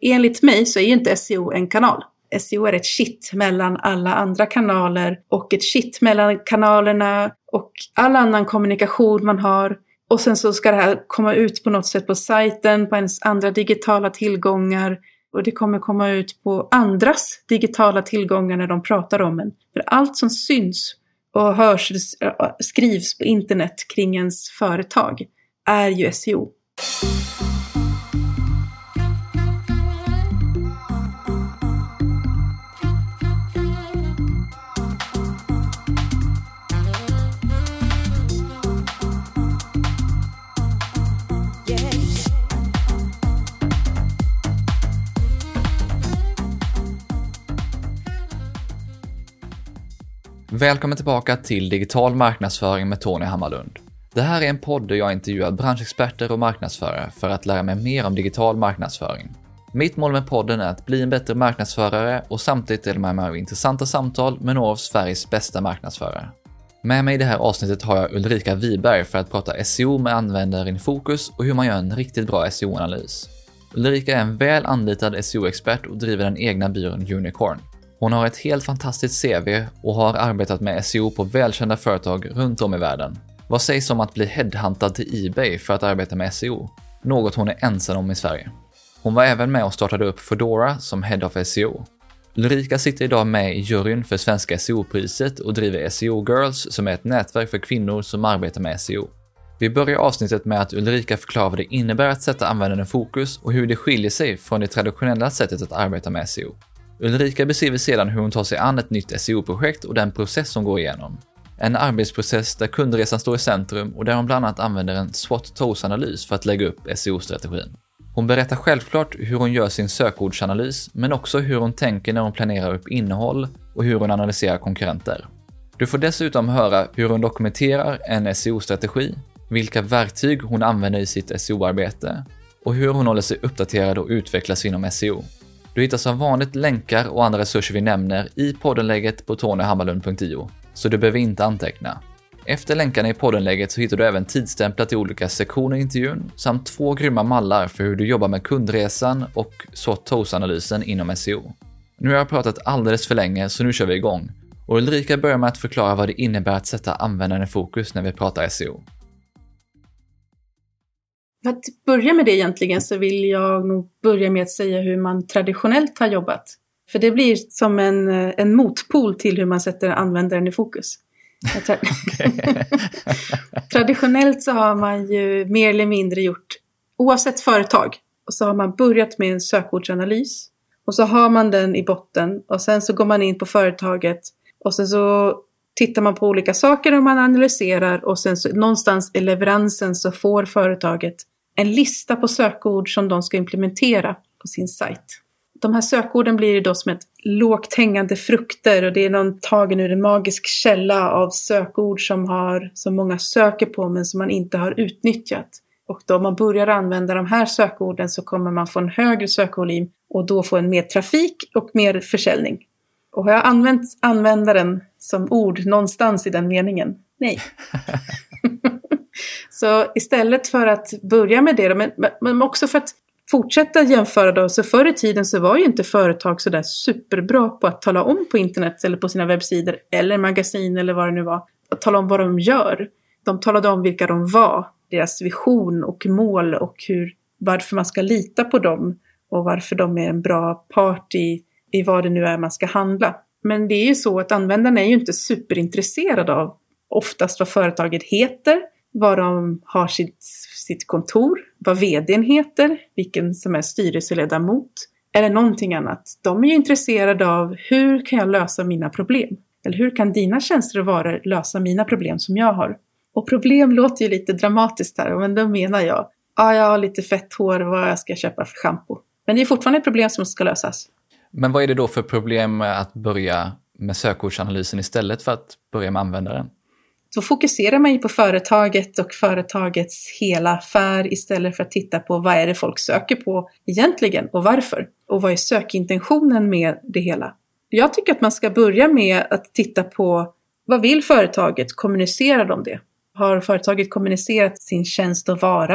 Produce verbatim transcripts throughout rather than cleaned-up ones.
enligt mig så är ju inte S E O en kanal. S E O är ett kitt mellan alla andra kanaler och ett kitt mellan kanalerna och all annan kommunikation man har. Och sen så ska det här komma ut på något sätt på sajten, på ens andra digitala tillgångar. Och det kommer komma ut på andras digitala tillgångar när de pratar om en. För allt som syns och hörs, skrivs på internet kring ens företag är ju S E O. Välkommen tillbaka till Digital marknadsföring med Tony Hammarlund. Det här är en podd där jag intervjuar branschexperter och marknadsförare för att lära mig mer om digital marknadsföring. Mitt mål med podden är att bli en bättre marknadsförare och samtidigt dela med mig av intressanta samtal med några av Sveriges bästa marknadsförare. Med mig i det här avsnittet har jag Ulrika Wiberg för att prata S E O med användaren i fokus och hur man gör en riktigt bra S E O-analys. Ulrika är en väl anlitad S E O-expert och driver den egna byrån Unicorn. Hon har ett helt fantastiskt C V och har arbetat med S E O på välkända företag runt om i världen. Vad sägs om att bli headhuntad till eBay för att arbeta med S E O? Något hon är ensam om i Sverige. Hon var även med och startade upp Foodora som Head of S E O. Ulrika sitter idag med i juryn för Svenska S E O-priset och driver S E O Girls som är ett nätverk för kvinnor som arbetar med S E O. Vi börjar avsnittet med att Ulrika förklarar vad det innebär att sätta användaren i fokus och hur det skiljer sig från det traditionella sättet att arbeta med S E O. Ulrika beskriver sedan hur hon tar sig an ett nytt S E O-projekt och den process som går igenom. En arbetsprocess där kundresan står i centrum och där hon bland annat använder en SWOT-TOES-analys för att lägga upp S E O-strategin. Hon berättar självklart hur hon gör sin sökordsanalys, men också hur hon tänker när hon planerar upp innehåll och hur hon analyserar konkurrenter. Du får dessutom höra hur hon dokumenterar en S E O-strategi, vilka verktyg hon använder i sitt S E O-arbete och hur hon håller sig uppdaterad och utvecklas inom S E O. Du hittar som vanligt länkar och andra resurser vi nämner i poddenlägget på tony hammarlund punkt i o, så du behöver inte anteckna. Efter länkarna i poddenlägget så hittar du även tidstämplar till olika sektioner i intervjun samt två grymma mallar för hur du jobbar med kundresan och SWOT-TOES-analysen inom S E O. Nu har jag pratat alldeles för länge så nu kör vi igång. Och Ulrika börjar med att förklara vad det innebär att sätta användaren i fokus när vi pratar S E O. För att börja med det egentligen så vill jag nog börja med att säga hur man traditionellt har jobbat. För det blir som en, en motpol till hur man sätter användaren i fokus. Tra- Traditionellt så har man ju mer eller mindre gjort, oavsett företag, och så har man börjat med en sökordsanalys. Och så har man den i botten och sen så går man in på företaget och sen så tittar man på olika saker och man analyserar och sen så någonstans i leveransen så får företaget en lista på sökord som de ska implementera på sin sajt. De här sökorden blir ju då som ett lågt hängande frukter och det är någon tagen ur en magisk källa av sökord som, har, som många söker på men som man inte har utnyttjat. Och då man börjar använda de här sökorden så kommer man få en högre sökvolym och då få en mer trafik och mer försäljning. Och har jag använt användaren som ord någonstans i den meningen? Nej. Så istället för att börja med det, men, men också för att fortsätta jämföra då, så förr i tiden så var ju inte företag så där superbra på att tala om på internet eller på sina webbsidor eller magasin eller vad det nu var, att tala om vad de gör. De talade om vilka de var, deras vision och mål och hur, varför man ska lita på dem och varför de är en bra part i, i vad det nu är man ska handla. Men det är ju så att användarna är ju inte superintresserade av oftast vad företaget heter, vad de har sitt, sitt kontor, vad vdn heter, vilken som är styrelseledamot eller någonting annat. De är ju intresserade av hur kan jag lösa mina problem? Eller hur kan dina tjänster och varor lösa mina problem som jag har? Och problem låter ju lite dramatiskt här, men då menar jag, ja, jag har lite fett hår, vad jag ska köpa för shampoo. Men det är fortfarande ett problem som ska lösas. Men vad är det då för problem med att börja med sökordsanalysen istället för att börja med användaren? Då fokuserar man ju på företaget och företagets hela affär istället för att titta på vad är det folk söker på egentligen och varför. Och vad är sökintentionen med det hela. Jag tycker att man ska börja med att titta på vad vill företaget, kommunicerar de det? Har företaget kommunicerat sin tjänst och vara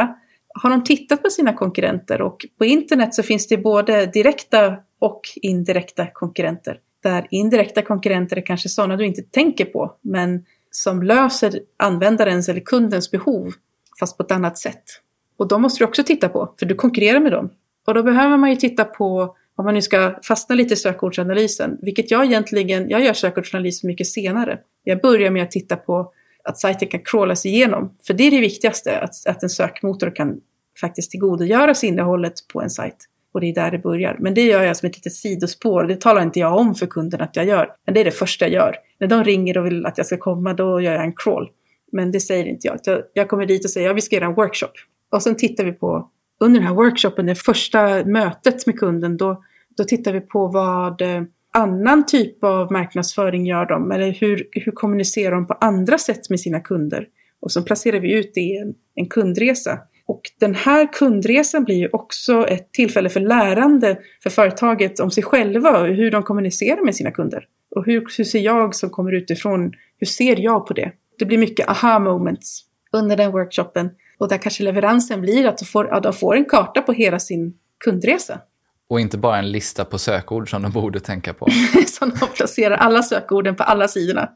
har de tittat på sina konkurrenter? Och på internet så finns det både direkta och indirekta konkurrenter. Där indirekta konkurrenter är kanske sådana du inte tänker på, men som löser användarens eller kundens behov fast på ett annat sätt. Och de måste du också titta på, för du konkurrerar med dem. Och då behöver man ju titta på, om man nu ska fastna lite i sökordsanalysen, vilket jag egentligen, jag gör sökordsanalysen mycket senare. Jag börjar med att titta på att sajten kan crawlas igenom, för det är det viktigaste, att, att en sökmotor kan faktiskt tillgodogöra sig innehållet på en sajt. Och det är där det börjar. Men det gör jag som ett litet sidospår. Det talar inte jag om för kunden att jag gör. Men det är det första jag gör. När de ringer och vill att jag ska komma, då gör jag en crawl. Men det säger inte jag. Jag, jag kommer dit och säger, ja, vi ska göra en workshop. Och sen tittar vi på, under den här workshopen, det första mötet med kunden, då, då tittar vi på vad eh, annan typ av marknadsföring gör de. Eller hur, hur kommunicerar de på andra sätt med sina kunder. Och så placerar vi ut det i en, en kundresa. Och den här kundresan blir ju också ett tillfälle för lärande för företaget om sig själva och hur de kommunicerar med sina kunder. Och hur, hur ser jag som kommer utifrån, hur ser jag på det? Det blir mycket aha moments under den workshopen. Och där kanske leveransen blir att de får, ja, de får en karta på hela sin kundresa. Och inte bara en lista på sökord som de borde tänka på. Som de placerar alla sökorden på alla sidorna.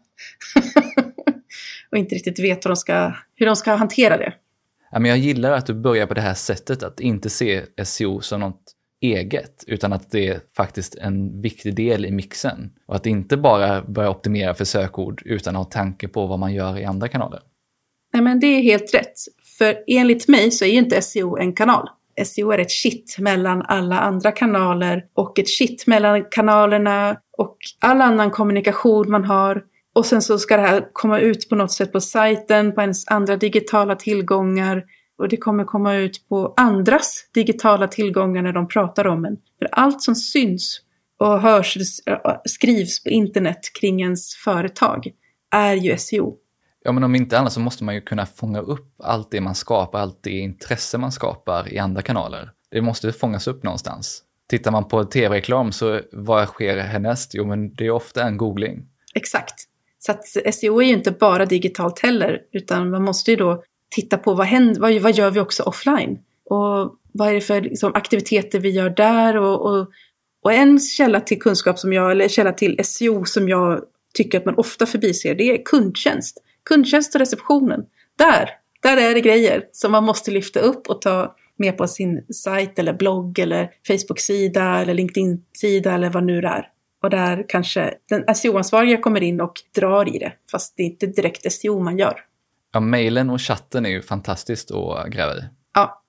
Och inte riktigt vet hur de ska, hur de ska hantera det. Ja, men jag gillar att du börjar på det här sättet, att inte se S E O som något eget, utan att det är faktiskt en viktig del i mixen. Och att inte bara börja optimera för sökord utan att ha tanke på vad man gör i andra kanaler. Nej, men det är helt rätt. För enligt mig så är ju inte S E O en kanal. S E O är ett shit mellan alla andra kanaler och ett shit mellan kanalerna och all annan kommunikation man har. Och sen så ska det här komma ut på något sätt på sajten, på ens andra digitala tillgångar. Och det kommer komma ut på andras digitala tillgångar när de pratar om en. För allt som syns och hörs, skrivs på internet kring ens företag är ju S E O. Ja, men om inte annat så måste man ju kunna fånga upp allt det man skapar, allt det intresse man skapar i andra kanaler. Det måste fångas upp någonstans. Tittar man på tv-reklam så vad sker härnäst? Jo, men det är ofta en googling. Exakt. Så att S E O är ju inte bara digitalt heller, utan man måste ju då titta på vad, händer, vad, vad gör vi också offline? Och vad är det för liksom, aktiviteter vi gör där? Och, och, och en källa till kunskap som jag, eller källa till S E O som jag tycker att man ofta förbiser, det är kundtjänst. Kundtjänst och receptionen. Där, där är det grejer som man måste lyfta upp och ta med på sin sajt eller blogg eller Facebook-sida eller LinkedIn-sida eller vad nu det är. Och där kanske den S E O-ansvariga kommer in och drar i det. Fast det är inte direkt S E O man gör. Ja, mejlen och chatten är ju fantastiskt att gräva i. Ja,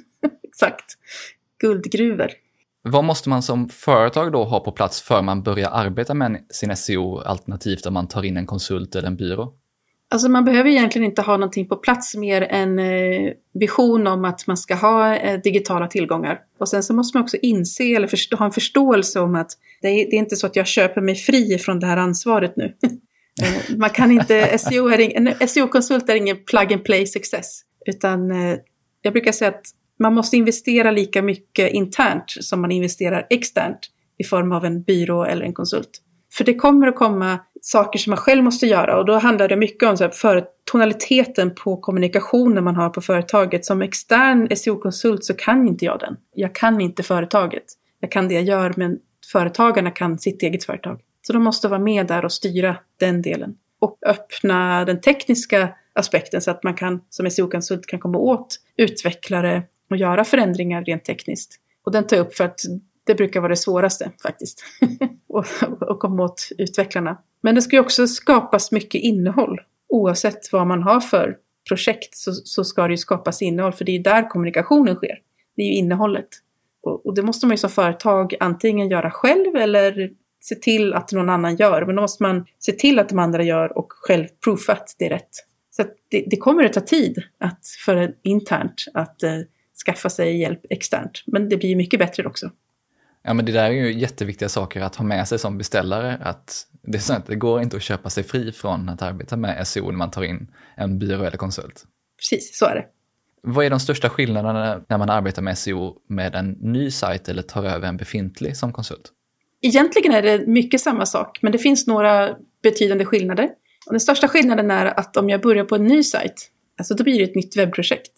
exakt. Guldgruvor. Vad måste man som företag då ha på plats för man börjar arbeta med sin S E O, alternativt om man tar in en konsult eller en byrå? Alltså man behöver egentligen inte ha någonting på plats mer än eh, vision om att man ska ha eh, digitala tillgångar. Och sen så måste man också inse eller förstå, ha en förståelse om att det är, det är inte så att jag köper mig fri från det här ansvaret nu. eh, man kan inte, S E O är, en S E O-konsult är ingen plug and play success. Utan eh, jag brukar säga att man måste investera lika mycket internt som man investerar externt i form av en byrå eller en konsult. För det kommer att komma saker som man själv måste göra. Och då handlar det mycket om så här, för tonaliteten på kommunikationen man har på företaget. Som extern S E O-konsult så kan inte jag den. Jag kan inte företaget. Jag kan det jag gör, men företagarna kan sitt eget företag. Så de måste vara med där och styra den delen. Och öppna den tekniska aspekten så att man kan som S E O-konsult kan komma åt utvecklare och göra förändringar rent tekniskt. Och den tar jag upp för att det brukar vara det svåraste faktiskt. och, och komma åt utvecklarna. Men det ska ju också skapas mycket innehåll. Oavsett vad man har för projekt så, så ska det ju skapas innehåll. För det är där kommunikationen sker. Det är ju innehållet. Och, och det måste man ju som företag antingen göra själv eller se till att någon annan gör. Men då måste man se till att de andra gör och själv proofa att det är rätt. Så att det, det kommer att ta tid att, för internt att eh, skaffa sig hjälp externt. Men det blir ju mycket bättre också. Ja, men det där är ju jätteviktiga saker att ha med sig som beställare. Att det är så att det går inte att köpa sig fri från att arbeta med S E O när man tar in en byrå eller konsult. Precis, så är det. Vad är de största skillnaderna när man arbetar med S E O med en ny sajt eller tar över en befintlig som konsult? Egentligen är det mycket samma sak, men det finns några betydande skillnader. Och den största skillnaden är att om jag börjar på en ny sajt, alltså då blir det ett nytt webbprojekt.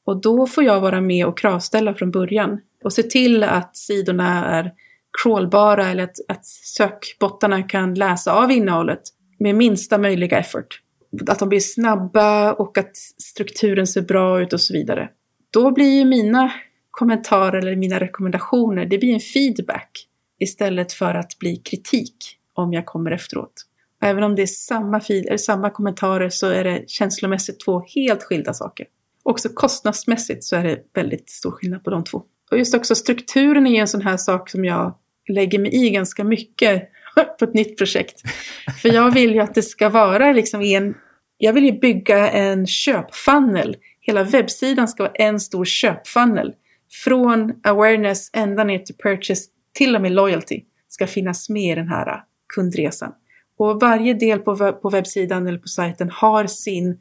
Och då får jag vara med och kravställa från början. Och se till att sidorna är crawlbara eller att, att sökbottarna kan läsa av innehållet med minsta möjliga effort. Att de blir snabba och att strukturen ser bra ut och så vidare. Då blir ju mina kommentarer eller mina rekommendationer, det blir en feedback istället för att bli kritik om jag kommer efteråt. Och även om det är samma, feed, eller samma kommentarer så är det känslomässigt två helt skilda saker. Också kostnadsmässigt så är det väldigt stor skillnad på de två. Och just också strukturen är en sån här sak som jag lägger mig i ganska mycket på ett nytt projekt. För jag vill ju att det ska vara liksom en, jag vill ju bygga en köpfunnel. Hela webbsidan ska vara en stor köpfunnel. Från awareness ända ner till purchase till och med loyalty ska finnas med i den här kundresan. Och varje del på, på webbsidan eller på sajten har sin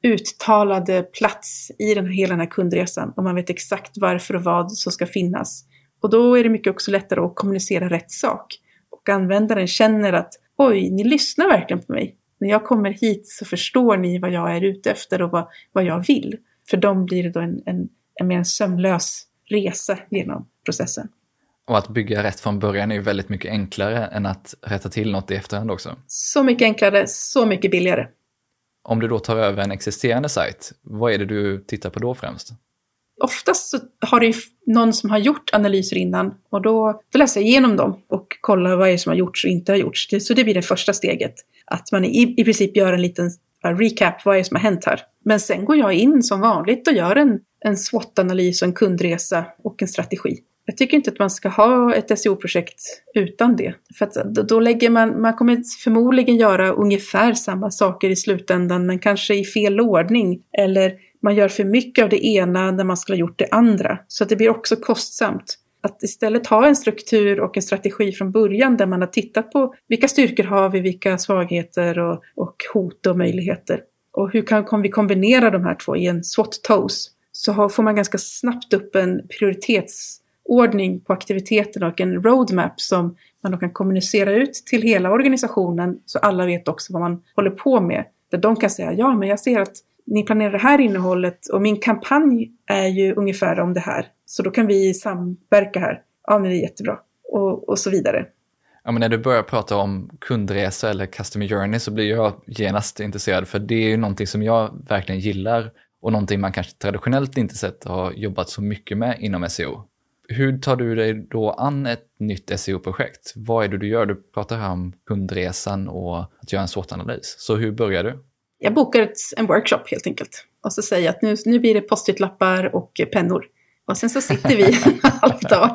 uttalade plats i den, hela den här kundresan. Och man vet exakt varför och vad som ska finnas. Och då är det mycket också lättare att kommunicera rätt sak. Och användaren känner att oj, ni lyssnar verkligen på mig. När jag kommer hit så förstår ni vad jag är ute efter och vad, vad jag vill. För dem blir det då en, en, en mer sömlös resa genom processen. Och att bygga rätt från början är ju väldigt mycket enklare än att rätta till något i efterhand också. Så mycket enklare, så mycket billigare. Om du då tar över en existerande sajt, vad är det du tittar på då främst? Oftast så har det ju någon som har gjort analyser innan och då, då läser jag igenom dem och kollar vad är det som har gjorts och inte har gjorts. Så det blir det första steget. Att man i, i princip gör en liten recap, vad är det som har hänt här. Men sen går jag in som vanligt och gör en, en SWOT-analys och en kundresa och en strategi. Jag tycker inte att man ska ha ett S E O-projekt utan det. För att då, då lägger man, man kommer förmodligen göra ungefär samma saker i slutändan men kanske i fel ordning. Eller man gör för mycket av det ena när man skulle ha gjort det andra. Så att det blir också kostsamt. Att istället ha en struktur och en strategi från början där man har tittat på vilka styrkor har vi, vilka svagheter och, och hot och möjligheter. Och hur kan, kan vi kombinera de här två i en SWOT-toes? Så har, får man ganska snabbt upp en prioritetsordning på aktiviteterna och en roadmap som man då kan kommunicera ut till hela organisationen så alla vet också vad man håller på med. Där de kan säga, ja men jag ser att ni planerar det här innehållet och min kampanj är ju ungefär om det här. Så då kan vi samverka här. Ja, men det är jättebra. Och, och så vidare. Ja, men när du börjar prata om kundresa eller customer journey så blir jag genast intresserad. För det är ju någonting som jag verkligen gillar och någonting man kanske traditionellt inte sett har jobbat så mycket med inom S E O. Hur tar du dig då an ett nytt S E O-projekt? Vad är det du gör? Du pratar här om kundresan och att göra en SWOT-analys. Så hur börjar du? Jag bokar ett, en workshop helt enkelt. Och så säger jag att nu, nu blir det post-it-lappar och pennor. Och sen så sitter vi en halv dag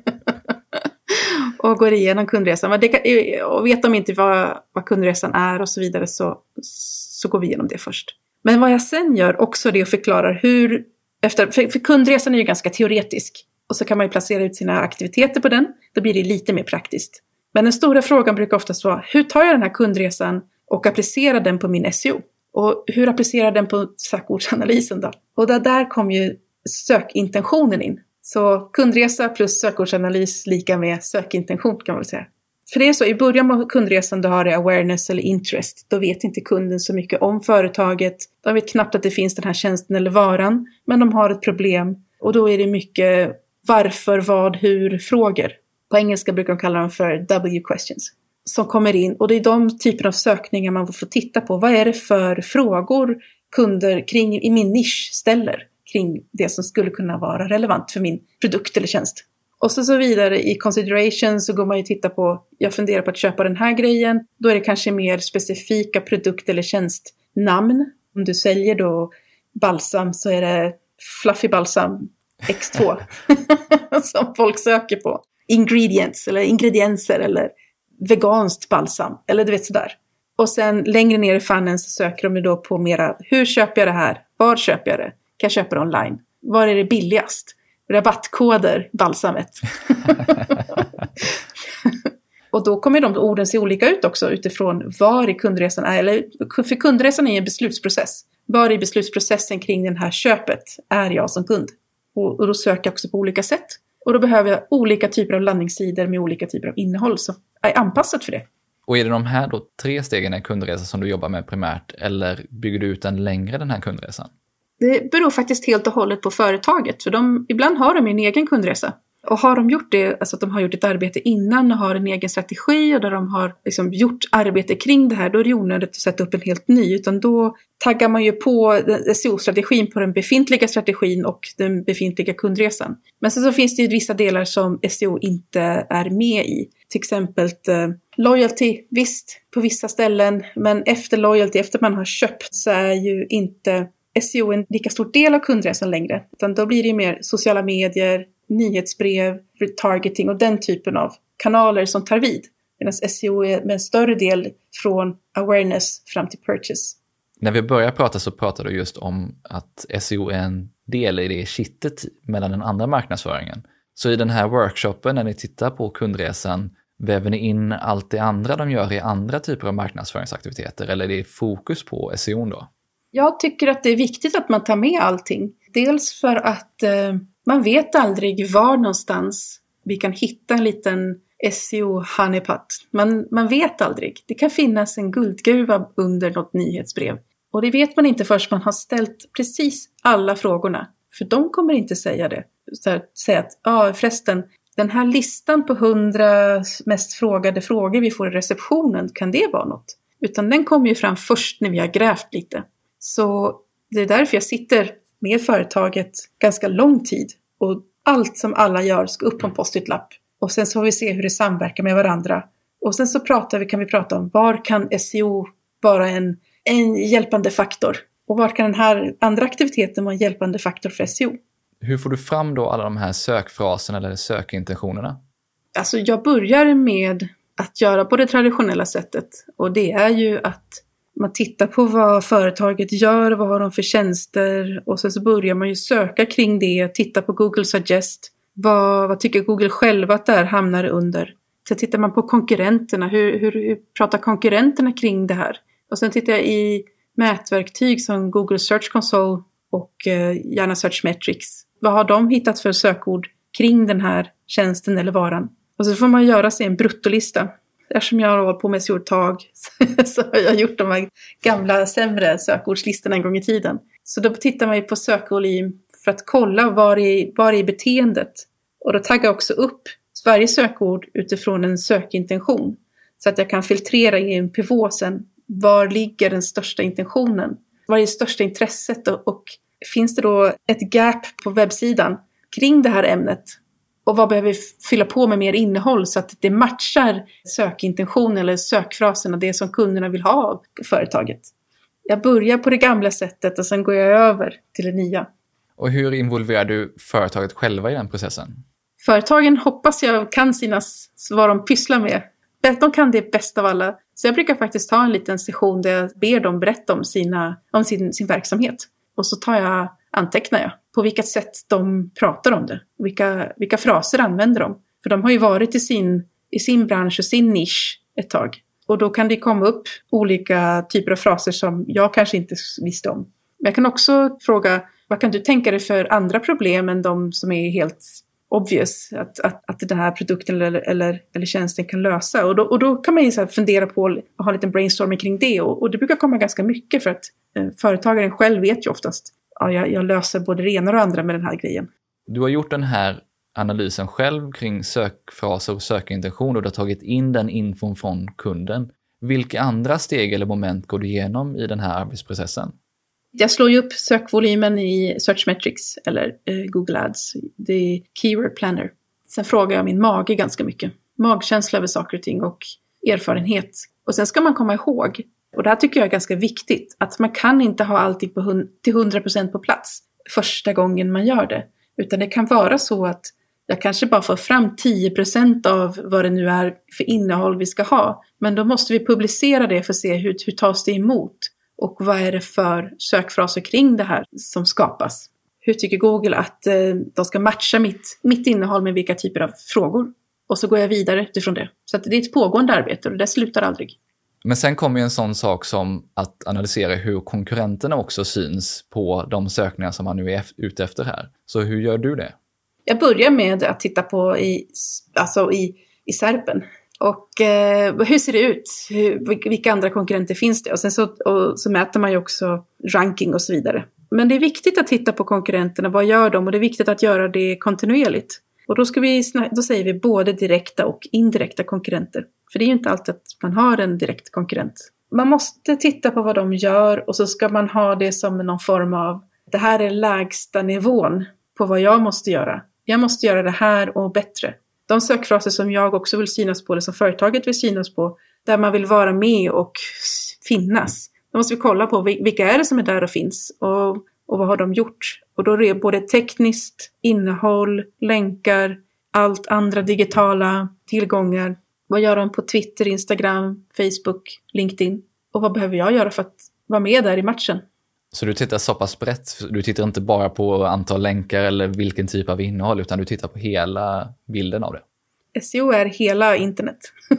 och går igenom kundresan. Men det kan, och vet de inte vad, vad kundresan är och så vidare så, så går vi igenom det först. Men vad jag sen gör också det och förklarar hur... Efter, för, för kundresan är ju ganska teoretisk. Och så kan man ju placera ut sina aktiviteter på den. Då blir det lite mer praktiskt. Men den stora frågan brukar oftast vara, hur tar jag den här kundresan och applicerar den på min S E O? Och hur applicerar den på sökordsanalysen då? Och där, där kom ju sökintentionen in. Så kundresa plus sökordsanalys lika med sökintention kan man väl säga. För det är så, i början av kundresan då har det awareness eller interest. Då vet inte kunden så mycket om företaget. De vet knappt att det finns den här tjänsten eller varan. Men de har ett problem. Och då är det mycket varför, vad, hur frågor. På engelska brukar de kalla dem för W questions. Som kommer in och det är de typer av sökningar man får titta på. Vad är det för frågor kunder kring i min nisch ställer kring det som skulle kunna vara relevant för min produkt eller tjänst. Och så, så vidare i consideration så går man ju titta på, jag funderar på att köpa den här grejen. Då är det kanske mer specifika produkt- eller tjänstnamn. Om du säljer då balsam så är det Fluffy Balsam X två som folk söker på. Ingredients eller ingredienser eller veganskt balsam, eller du vet sådär. Och sen längre ner i funneln så söker de då på mera, hur köper jag det här? Var köper jag det? Kan jag köpa det online? Var är det billigast? Rabattkoder, balsamet. Och då kommer de orden se olika ut också utifrån var i kundresan är, eller för kundresan är en beslutsprocess. Var i beslutsprocessen kring den här köpet är jag som kund? Och, och då söker jag också på olika sätt. Och då behöver jag olika typer av landningssidor med olika typer av innehåll som är anpassat för det. Och är det de här då tre stegen i kundresan som du jobbar med primärt eller bygger du ut den längre den här kundresan? Det beror faktiskt helt och hållet på företaget. För de, ibland har de en egen kundresa. Och har de gjort det, alltså att de har gjort ett arbete innan och har en egen strategi och där de har liksom gjort arbete kring det här, då är det onödigt att sätta upp en helt ny. Utan då taggar man ju på S E O-strategin på den befintliga strategin och den befintliga kundresan. Men sen så finns det ju vissa delar som S E O inte är med i. Till exempel eh, loyalty, visst på vissa ställen, men efter loyalty, efter man har köpt, så är ju inte S E O en lika stor del av kundresan längre. Utan då blir det mer sociala medier, nyhetsbrev, retargeting och den typen av kanaler som tar vid. Medan S E O är med en större del från awareness fram till purchase. När vi börjar prata så pratar du just om att S E O är en del i det kittet mellan den andra marknadsföringen. Så i den här workshopen när ni tittar på kundresan, väver ni in allt det andra de gör i andra typer av marknadsföringsaktiviteter, eller är det fokus på S E O då? Jag tycker att det är viktigt att man tar med allting. Dels för att eh, man vet aldrig var någonstans vi kan hitta en liten S E O-honeypot. Man, man vet aldrig. Det kan finnas en guldgruva under något nyhetsbrev. Och det vet man inte först man har ställt precis alla frågorna. För de kommer inte säga det. Så här, säga att, ja ah, förresten, den här listan på hundra mest frågade frågor vi får i receptionen, kan det vara något? Utan den kommer ju fram först när vi har grävt lite. Så det är därför jag sitter med företaget ganska lång tid. Och allt som alla gör ska upp på en post-it-lapp. Och sen så får vi se hur det samverkar med varandra. Och sen så pratar vi, kan vi prata om var kan S E O vara en, en hjälpande faktor. Och var kan den här andra aktiviteten vara en hjälpande faktor för S E O. Hur får du fram då alla de här sökfraserna eller sökintentionerna? Alltså jag börjar med att göra på det traditionella sättet. Och det är ju att man tittar på vad företaget gör, vad har de för tjänster. Och sen så börjar man ju söka kring det, titta på Google Suggest. Vad, vad tycker Google själva att det här hamnar under? Så tittar man på konkurrenterna, hur, hur, hur pratar konkurrenterna kring det här? Och sen tittar jag i mätverktyg som Google Search Console och eh, gärna Search Metrics. Vad har de hittat för sökord kring den här tjänsten eller varan? Och så får man göra sig en bruttolista. Eftersom jag har hållit på med S E O ett tag så har jag gjort de här gamla sämre sökordslistorna en gång i tiden. Så då tittar man ju på sökvolym för att kolla var är, var är beteendet. Och då taggar jag också upp varje sökord utifrån en sökintention. Så att jag kan filtrera i en pivot sen. Var ligger den största intentionen? Vad är det största intresset? Och, och finns det då ett gap på webbsidan kring det här ämnet? Och vad behöver vi fylla på med mer innehåll så att det matchar sökintention eller sökfraserna, det som kunderna vill ha av företaget. Jag börjar på det gamla sättet och sen går jag över till det nya. Och hur involverar du företaget själva i den processen? Företagen hoppas jag kan sina, vad de pysslar med. De kan det bäst av alla. Så jag brukar faktiskt ta en liten session där jag ber dem berätta om, sina, om sin, sin verksamhet. Och så tar jag, antecknar jag på vilket sätt de pratar om det. Vilka, vilka fraser använder de. För de har ju varit i sin, i sin bransch och sin nisch ett tag. Och då kan det komma upp olika typer av fraser som jag kanske inte visste om. Men jag kan också fråga, vad kan du tänka dig för andra problem än de som är helt obvious att, att, att den här produkten eller, eller, eller tjänsten kan lösa. Och då, och då kan man ju så här fundera på och ha en liten brainstorming kring det. Och, och det brukar komma ganska mycket för att eh, företagaren själv vet ju oftast. Ja, jag, jag löser både det ena och det andra med den här grejen. Du har gjort den här analysen själv kring sökfraser och sökintention och du har tagit in den infon från kunden. Vilka andra steg eller moment går du igenom i den här arbetsprocessen? Jag slår ju upp sökvolymen i Search Metrics eller eh, Google Ads. Det är Keyword Planner. Sen frågar jag min mage ganska mycket. Magkänsla över saker och ting och erfarenhet. Och sen ska man komma ihåg, och det här tycker jag är ganska viktigt, att man kan inte ha allting på hund- till hundra procent på plats första gången man gör det. Utan det kan vara så att jag kanske bara får fram tio procent av vad det nu är för innehåll vi ska ha. Men då måste vi publicera det för att se hur, hur tas det emot. Och vad är det för sökfraser kring det här som skapas? Hur tycker Google att eh, de ska matcha mitt, mitt innehåll med vilka typer av frågor? Och så går jag vidare utifrån det. Så att det är ett pågående arbete och det slutar aldrig. Men sen kommer ju en sån sak som att analysera hur konkurrenterna också syns på de sökningar som man nu är ute efter här. Så hur gör du det? Jag börjar med att titta på i, alltså i, i S E R P:en. Och eh, hur ser det ut? Hur, vilka andra konkurrenter finns det? Och sen så, och så mäter man ju också ranking och så vidare. Men det är viktigt att titta på konkurrenterna, vad gör de? Och det är viktigt att göra det kontinuerligt. Och då, ska vi, då säger vi både direkta och indirekta konkurrenter. För det är ju inte alltid att man har en direkt konkurrent. Man måste titta på vad de gör och så ska man ha det som någon form av, det här är lägsta nivån på vad jag måste göra. Jag måste göra det här och bättre. De sökfraser som jag också vill synas på, eller som företaget vill synas på, där man vill vara med och finnas. Då måste vi kolla på vilka är det som är där och finns och, och vad har de gjort. Och då är det både tekniskt, innehåll, länkar, allt andra digitala tillgångar. Vad gör de på Twitter, Instagram, Facebook, LinkedIn? Och vad behöver jag göra för att vara med där i matchen? Så du tittar så pass brett, du tittar inte bara på antal länkar eller vilken typ av innehåll, utan du tittar på hela bilden av det? S E O är hela internet.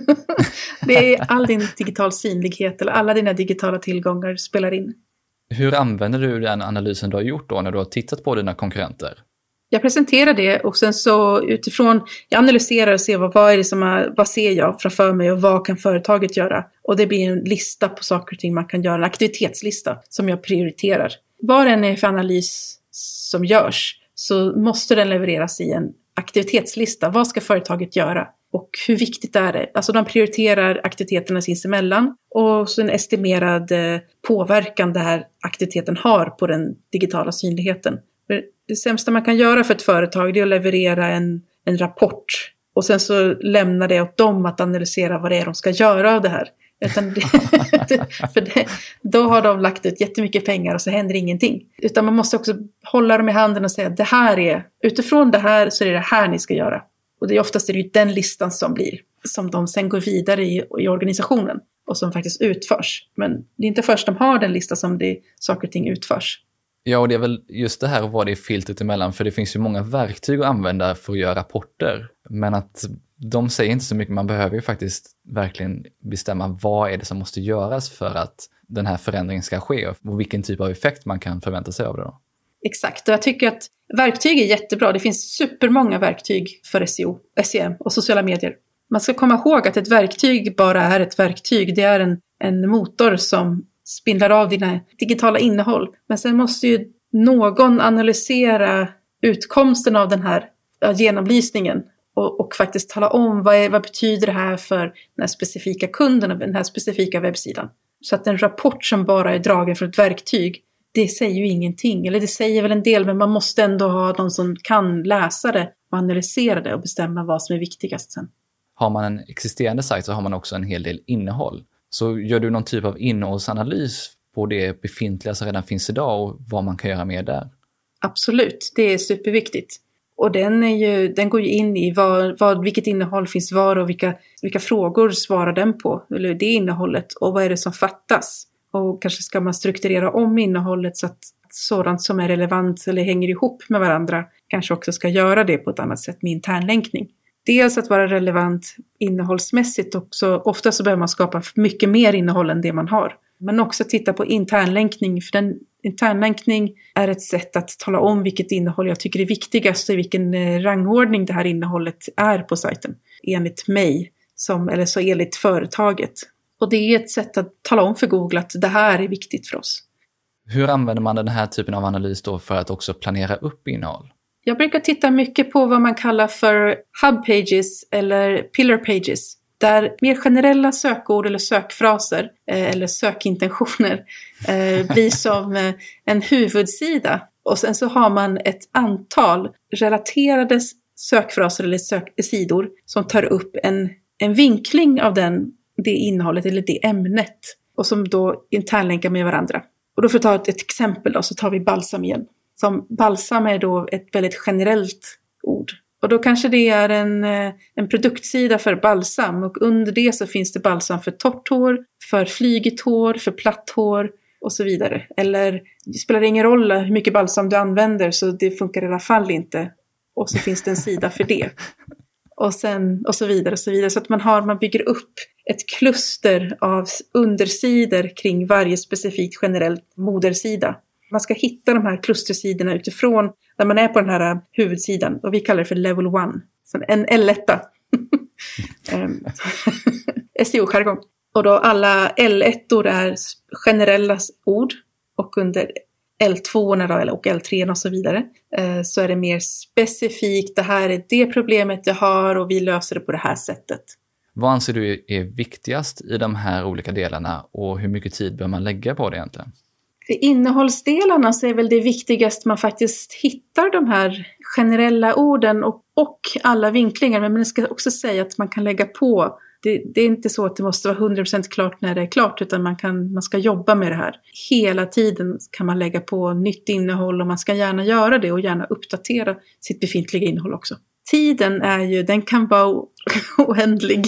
Det är all din digital synlighet eller alla dina digitala tillgångar spelar in. Hur använder du den analysen du har gjort då när du har tittat på dina konkurrenter? Jag presenterar det och sen så utifrån, jag analyserar och ser vad, vad är det som är, vad ser jag framför mig och vad kan företaget göra. Och det blir en lista på saker och ting man kan göra, en aktivitetslista som jag prioriterar. Vad den är för analys som görs så måste den levereras i en aktivitetslista. Vad ska företaget göra? Och hur viktigt är det? Alltså de prioriterar aktiviteterna sinsemellan och så en estimerad påverkan det här aktiviteten har på den digitala synligheten. Det sämsta man kan göra för ett företag är att leverera en, en rapport och sen så lämna det åt dem att analysera vad det är de ska göra av det här. Utan det, för det, då har de lagt ut jättemycket pengar och så händer ingenting. Utan man måste också hålla dem i handen och säga det här är, utifrån det här så är det det här ni ska göra. Och det är oftast är det ju den listan som blir, som de sen går vidare i, i organisationen och som faktiskt utförs. Men det är inte först de har den listan som det, saker och ting utförs. Ja, och det är väl just det här och vad det är filtret emellan, för det finns ju många verktyg att använda för att göra rapporter. Men att de säger inte så mycket, man behöver ju faktiskt verkligen bestämma vad är det som måste göras för att den här förändringen ska ske och vilken typ av effekt man kan förvänta sig av det då. Exakt, och jag tycker att verktyg är jättebra. Det finns supermånga verktyg för S E O, S E M och sociala medier. Man ska komma ihåg att ett verktyg bara är ett verktyg. Det är en, en motor som spindlar av dina digitala innehåll. Men sen måste ju någon analysera utkomsten av den här genomlysningen och, och faktiskt tala om vad, är, vad betyder det här för den här specifika kunden, den här specifika webbsidan. Så att en rapport som bara är dragen för ett verktyg, det säger ju ingenting. Eller det säger väl en del, men man måste ändå ha någon som kan läsa det och analysera det och bestämma vad som är viktigast sen. Har man en existerande sajt så har man också en hel del innehåll. Så gör du någon typ av innehållsanalys på det befintliga som redan finns idag och vad man kan göra med där? Absolut, det är superviktigt. Och den, är ju, den går ju in i vad, vad, vilket innehåll finns var och vilka, vilka frågor svarar den på. Eller det innehållet och vad är det som fattas. Och kanske ska man strukturera om innehållet så att sådant som är relevant eller hänger ihop med varandra kanske också ska göra det på ett annat sätt med internlänkning. Dels att vara relevant innehållsmässigt också. Ofta så behöver man skapa mycket mer innehåll än det man har. Men också titta på internlänkning. För den internlänkning är ett sätt att tala om vilket innehåll jag tycker är viktigast och i vilken rangordning det här innehållet är på sajten. Enligt mig, som, eller så enligt företaget. Och det är ett sätt att tala om för Google att det här är viktigt för oss. Hur använder man den här typen av analys då för att också planera upp innehåll? Jag brukar titta mycket på vad man kallar för hub pages eller pillar pages. Där mer generella sökord eller sökfraser eh, eller sökintentioner eh, blir som eh, en huvudsida. Och sen så har man ett antal relaterade sökfraser eller sök- sidor som tar upp en, en vinkling av den, det innehållet eller det ämnet. Och som då internlänkar med varandra. Och då för att ta ett, ett exempel då, så tar vi balsam igen. Som balsam är då ett väldigt generellt ord. Och då kanske det är en, en produktsida för balsam. Och under det så finns det balsam för torrt hår, för flygigt hår, för platt hår och så vidare. Eller det spelar ingen roll hur mycket balsam du använder så det funkar i alla fall inte. Och så finns det en sida för det. Och, sen, och så vidare och så vidare. Så att man, har, man bygger upp ett kluster av undersidor kring varje specifikt generellt modersida. Man ska hitta de här klustersidorna utifrån när man är på den här huvudsidan. Och vi kallar det för level one. Så en L ett. S E O-jargong. Och då alla L ett-or är generella ord. Och under L två och L tre och så vidare. Så är det mer specifikt, det här är det problemet jag har och vi löser det på det här sättet. Vad anser du är viktigast i de här olika delarna och hur mycket tid bör man lägga på det egentligen? För innehållsdelarna så är väl det viktigaste man faktiskt hittar de här generella orden och, och alla vinklingar. Men man ska också säga att man kan lägga på. Det, det är inte så att det måste vara hundra procent klart när det är klart, utan man, kan, man ska jobba med det här. Hela tiden kan man lägga på nytt innehåll och man ska gärna göra det och gärna uppdatera sitt befintliga innehåll också. Tiden är ju, den kan vara oändlig.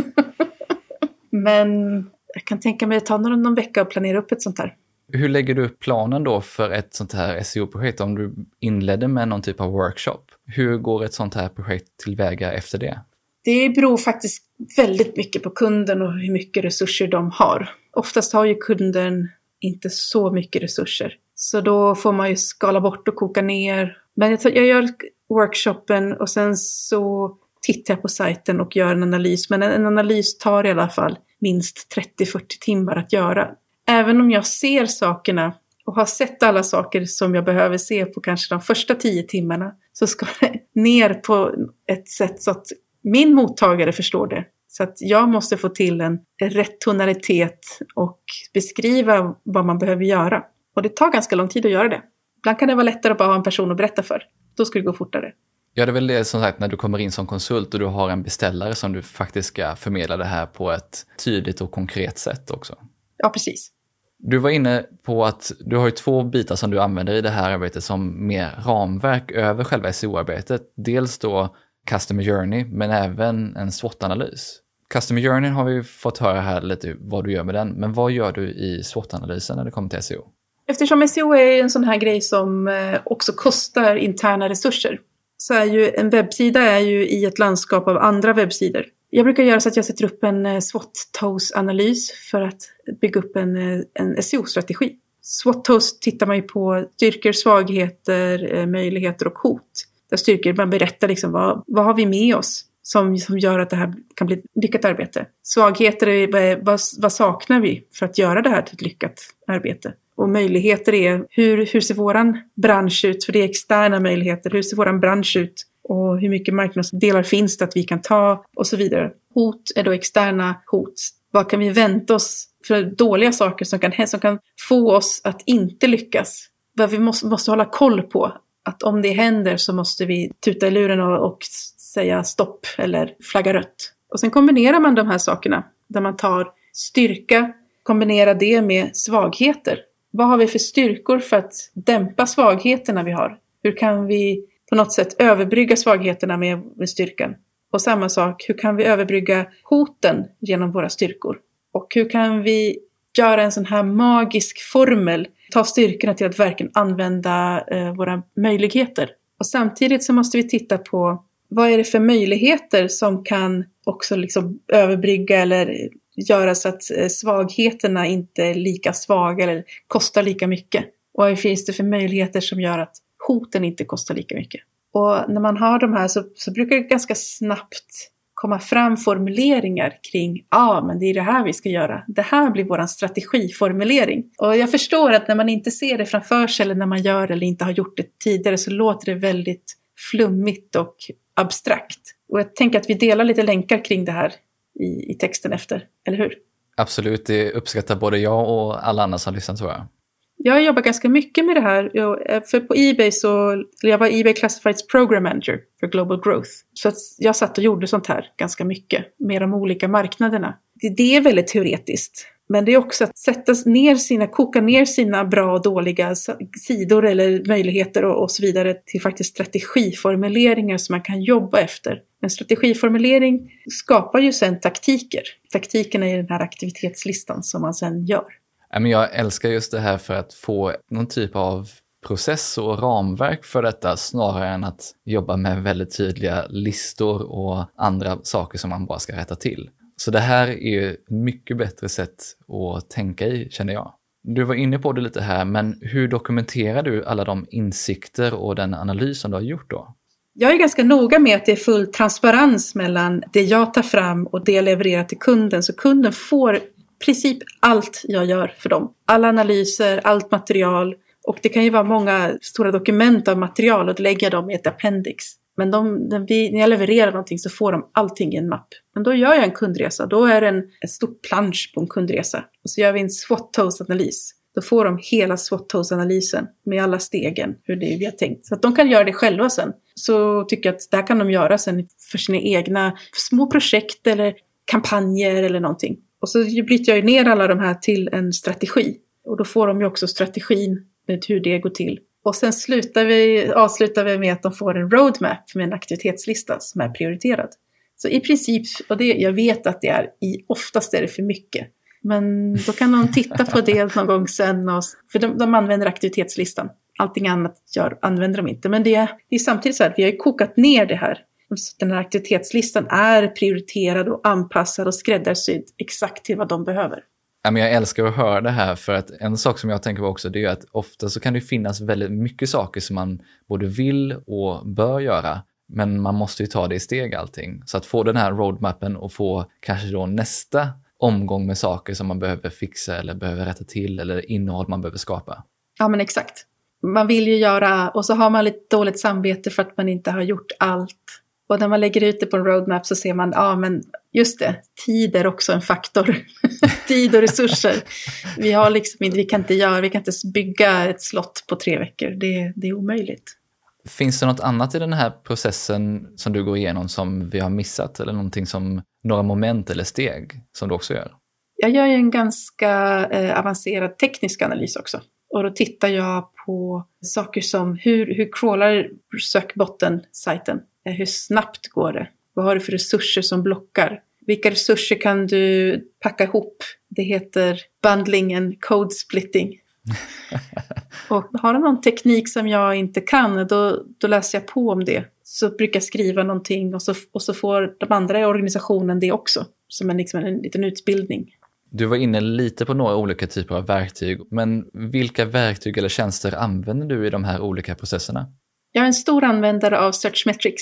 Men jag kan tänka mig att ta någon, någon vecka och planera upp ett sånt här. Hur lägger du upp planen då för ett sånt här S E O-projekt om du inledde med någon typ av workshop? Hur går ett sånt här projekt tillväga efter det? Det beror faktiskt väldigt mycket på kunden och hur mycket resurser de har. Oftast har ju kunden inte så mycket resurser. Så då får man ju skala bort och koka ner. Men jag, jag gör workshopen och sen så tittar jag på sajten och gör en analys. Men en, en analys tar i alla fall minst trettio till fyrtio timmar att göra. Även om jag ser sakerna och har sett alla saker som jag behöver se på kanske de första tio timmarna, så ska det ner på ett sätt så att min mottagare förstår det. Så att jag måste få till en rätt tonalitet och beskriva vad man behöver göra. Och det tar ganska lång tid att göra det. Ibland kan det vara lättare att bara ha en person att berätta för. Då ska det gå fortare. Ja, det är väl det som sagt när du kommer in som konsult och du har en beställare som du faktiskt ska förmedla det här på ett tydligt och konkret sätt också. Ja, precis. Du var inne på att du har ju två bitar som du använder i det här arbetet som mer ramverk över själva S E O-arbetet. Dels då Customer Journey, men även en SWOT-analys. Customer Journey har vi fått höra här lite vad du gör med den, men vad gör du i SWOT-analysen när det kommer till S E O? Eftersom S E O är en sån här grej som också kostar interna resurser, så är ju en webbsida är ju i ett landskap av andra webbsidor. Jag brukar göra så att jag sätter upp en SWOT-analys för att bygga upp en, en S E O-strategi. SWOT tittar man ju på styrkor, svagheter, möjligheter och hot. Där styrkor, man berättar liksom vad, vad har vi med oss som, som gör att det här kan bli ett lyckat arbete. Svagheter är vad, vad saknar vi för att göra det här till ett lyckat arbete. Och möjligheter är hur, hur ser våran bransch ut, för det är externa möjligheter. Hur ser våran bransch ut och hur mycket marknadsdelar finns det att vi kan ta och så vidare. Hot är då externa hot. Vad kan vi vänta oss för dåliga saker som kan, som kan få oss att inte lyckas? Vad vi måste, måste hålla koll på. Att om det händer så måste vi tuta i luren och, och säga stopp eller flagga rött. Och sen kombinerar man de här sakerna där man tar styrka, kombinerar det med svagheter. Vad har vi för styrkor för att dämpa svagheterna vi har? Hur kan vi på något sätt överbrygga svagheterna med, med styrkan? Och samma sak, hur kan vi överbrygga hoten genom våra styrkor? Och hur kan vi göra en sån här magisk formel, ta styrkorna till att verkligen använda eh, våra möjligheter? Och samtidigt så måste vi titta på vad är det för möjligheter som kan också liksom överbrygga eller göra så att eh, svagheterna inte är lika svaga eller kostar lika mycket. Och vad finns det för möjligheter som gör att hoten inte kostar lika mycket? Och när man har de här så, så brukar det ganska snabbt komma fram formuleringar kring ja, ah, men det är det här vi ska göra. Det här blir vår strategiformulering. Och jag förstår att när man inte ser det framför sig eller när man gör det eller inte har gjort det tidigare så låter det väldigt flummigt och abstrakt. Och jag tänker att vi delar lite länkar kring det här i, i texten efter, eller hur? Absolut, det uppskattar både jag och alla andra som lyssnar, tror jag. Jag jobbar ganska mycket med det här. För på eBay så, jag var eBay Classifieds Program Manager för Global Growth. Så att jag satt och gjorde sånt här ganska mycket med de olika marknaderna. Det, det är väldigt teoretiskt. Men det är också att sätta ner sina, koka ner sina bra och dåliga sidor eller möjligheter och, och så vidare till faktiskt strategiformuleringar som man kan jobba efter. En strategiformulering skapar ju sen taktiker. Taktiken är ju den här aktivitetslistan som man sen gör. Jag älskar just det här för att få någon typ av process och ramverk för detta snarare än att jobba med väldigt tydliga listor och andra saker som man bara ska rätta till. Så det här är ju ett mycket bättre sätt att tänka i, känner jag. Du var inne på det lite här, men hur dokumenterar du alla de insikter och den analys som du har gjort då? Jag är ganska noga med att det är full transparens mellan det jag tar fram och det jag levererar till kunden. Så kunden får i princip allt jag gör för dem. Alla analyser, allt material Och det kan ju vara många stora dokument av material och lägga dem i ett appendix. Men de, de, när jag levererar någonting så får de allting i en mapp. Men då gör jag en kundresa. Då är det en, en stor plansch på en kundresa. Och så gör vi en SWOT-analys. Då får de hela SWOT-analysen med alla stegen. Hur det är vi har tänkt. Så att de kan göra det själva sen. Så tycker jag att det här kan de göra sen för sina egna för små projekt eller kampanjer eller någonting. Och så bryter jag ju ner alla de här till en strategi. Och då får de ju också strategin med hur det går till. Och sen slutar vi, avslutar vi med att de får en roadmap med en aktivitetslista som är prioriterad. Så i princip, och det, jag vet att det är, i, oftast är det för mycket. Men då kan de titta på det någon gång sen. Och, för de, de använder aktivitetslistan. Allting annat gör, använder de inte. Men det, det är samtidigt så att vi har ju kokat ner det här. Så den här aktivitetslistan är prioriterad och anpassad och skräddarsydd exakt till vad de behöver. Ja, men jag älskar att höra det här, för att en sak som jag tänker på också, det är att ofta så kan det finnas väldigt mycket saker som man både vill och bör göra, men man måste ju ta det i steg allting. Så att få den här roadmappen och få kanske då nästa omgång med saker som man behöver fixa eller behöver rätta till eller innehåll man behöver skapa. Ja, men exakt. Man vill ju göra, och så har man lite dåligt samvete för att man inte har gjort allt. Och när man lägger ut det på en roadmap så ser man, ja men just det, tid är också en faktor. Tid och resurser. Vi har liksom inte, vi kan inte göra, vi kan inte bygga ett slott på tre veckor. Det, det är omöjligt. Finns det något annat i den här processen som du går igenom som vi har missat? Eller någonting som, några moment eller steg som du också gör? Jag gör ju en ganska eh, avancerad teknisk analys också. Och då tittar jag på saker som hur, hur crawlar sökbotten-sajten? Hur snabbt går det? Vad har du för resurser som blockar? Vilka resurser kan du packa ihop? Det heter bundling and code splitting. Och har du någon teknik som jag inte kan, då, då läser jag på om det. Så brukar jag skriva någonting och så, och så får de andra i organisationen det också. Som en, liksom en liten utbildning. Du var inne lite på några olika typer av verktyg. Men vilka verktyg eller tjänster använder du i de här olika processerna? Jag är en stor användare av Searchmetrics.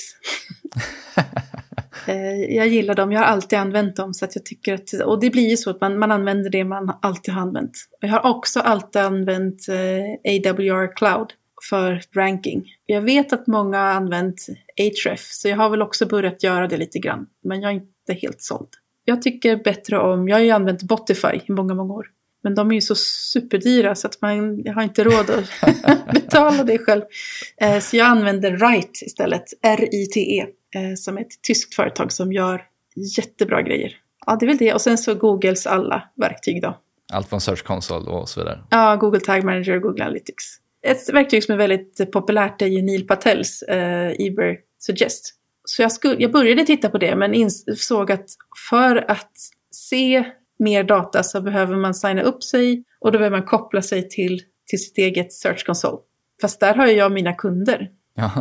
Jag gillar dem, jag har alltid använt dem. Så att jag tycker att, och det blir ju så att man, man använder det man alltid har använt. Jag har också alltid använt eh, A W R Cloud för ranking. Jag vet att många har använt Ahref, så jag har väl också börjat göra det lite grann. Men jag är inte helt såld. Jag tycker bättre om, jag har ju använt Botify i många, många år. Men de är ju så superdyra så att man, jag har inte råd att betala det själv. Eh, så jag använder Rite istället, R I T E, eh, som är ett tyskt företag som gör jättebra grejer. Ja, det är väl det. Och sen så Googles alla verktyg då. Allt från Search Console och så vidare. Ja, Google Tag Manager och Google Analytics. Ett verktyg som är väldigt populärt är ju Neil Patels eh, Eber Suggest. Så jag, skulle, jag började titta på det, men insåg att för att se mer data så behöver man signa upp sig och då behöver man koppla sig till, till sitt eget Search Console. Fast där har jag mina kunder. Ja.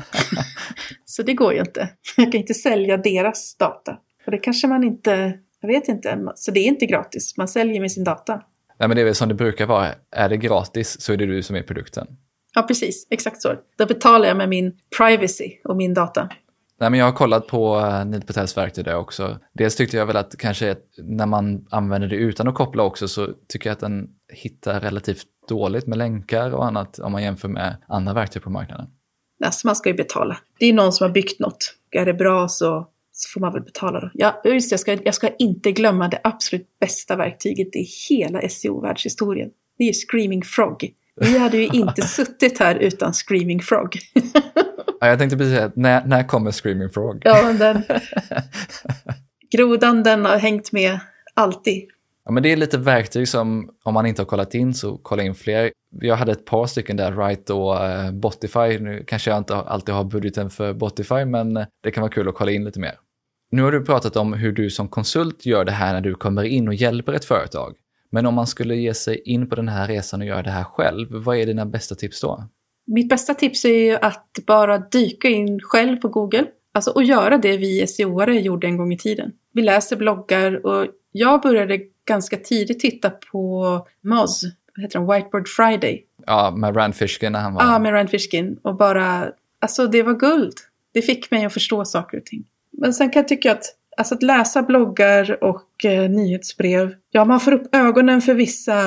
Så det går ju inte. Jag kan inte sälja deras data. Och det kanske man inte, jag vet inte. Så det är inte gratis. Man säljer med sin data. Nej, men det är väl som det brukar vara. Är det gratis så är det du som är produkten. Ja, precis. Exakt så. Då betalar jag med min privacy och min data. Nej, men jag har kollat på uh, Neil Patels verktyg där också. Dels tyckte jag väl att kanske när man använder det utan att koppla också så tycker jag att den hittar relativt dåligt med länkar och annat om man jämför med andra verktyg på marknaden. Alltså man ska ju betala. Det är någon som har byggt något. Är det bra så, så får man väl betala då. Ja, just, jag, ska, jag ska inte glömma det absolut bästa verktyget i hela S E O-världshistorien. Det är ju Screaming Frog. Vi hade ju inte suttit här utan Screaming Frog. Ja, jag tänkte precis säga, när, när kommer Screaming Frog? Ja, den grodan, den har hängt med alltid. Ja, men det är lite verktyg som, om man inte har kollat in så kolla in fler. Jag hade ett par stycken där, Rite och uh, Botify. Nu kanske jag inte alltid har budgeten för Botify, men det kan vara kul att kolla in lite mer. Nu har du pratat om hur du som konsult gör det här när du kommer in och hjälper ett företag. Men om man skulle ge sig in på den här resan och göra det här själv, vad är dina bästa tips då? Mitt bästa tips är ju att bara dyka in själv på Google. Alltså, och göra det vi S E O-are gjorde en gång i tiden. Vi läser bloggar och jag började ganska tidigt titta på M O Z. Vad heter den? Whiteboard Friday. Ja, med Rand Fishkin när han var... Ja, med Rand Fishkin. Och bara, alltså det var guld. Det fick mig att förstå saker och ting. Men sen kan jag tycka att, alltså att läsa bloggar och eh, nyhetsbrev. Ja, man får upp ögonen för vissa,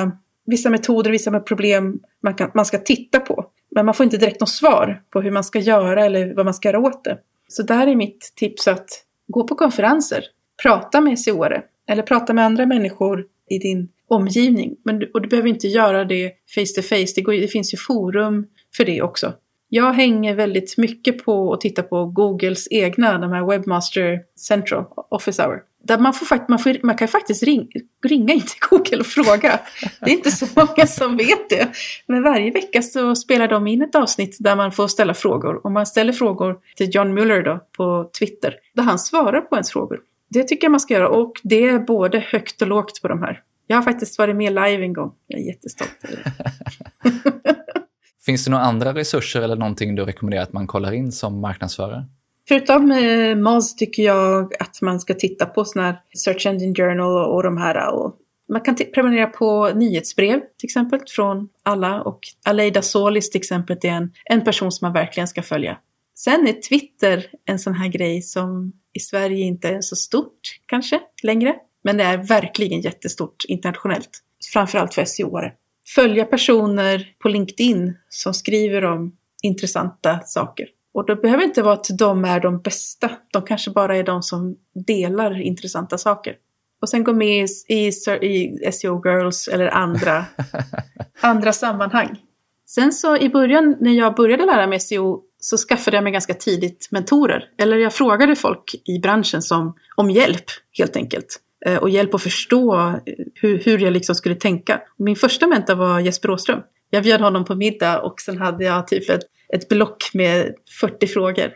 vissa metoder, vissa problem man, kan, man ska titta på. Men man får inte direkt något svar på hur man ska göra eller vad man ska göra åt det. Så där är mitt tips att gå på konferenser, prata med S E O-are eller prata med andra människor i din omgivning. Men, och du behöver inte göra det face to face, det, går, det finns ju forum för det också. Jag hänger väldigt mycket på att titta på Googles egna, de här Webmaster Central Office Hour. Där man, får, man, får, man kan faktiskt ring, ringa in till Google och fråga. Det är inte så många som vet det. Men varje vecka så spelar de in ett avsnitt där man får ställa frågor. Och man ställer frågor till John Mueller då, på Twitter. Där han svarar på ens frågor. Det tycker jag man ska göra. Och det är både högt och lågt på de här. Jag har faktiskt varit med live en gång. Jag är jättestolt över det. Finns det några andra resurser eller någonting du rekommenderar att man kollar in som marknadsförare? Förutom eh, Moz tycker jag att man ska titta på såna här Search Engine Journal och, och de här. Och man kan t- prenumerera på nyhetsbrev till exempel från alla. Och Aleida Solis till exempel är en, en person som man verkligen ska följa. Sen är Twitter en sån här grej som i Sverige inte är så stort kanske längre. Men det är verkligen jättestort internationellt. Framförallt för S E O-are. Följa personer på LinkedIn som skriver om intressanta saker. Och det behöver inte vara att de är de bästa. De kanske bara är de som delar intressanta saker. Och sen gå med i, i, i S E O Girls eller andra, andra sammanhang. Sen så i början när jag började lära mig S E O så skaffade jag mig ganska tidigt mentorer. Eller jag frågade folk i branschen som, om hjälp helt enkelt. Och hjälp att förstå hur, hur jag liksom skulle tänka. Min första mentor var Jesper Åström. Jag bjöd honom på middag och sen hade jag typ ett, ett block med fyrtio frågor.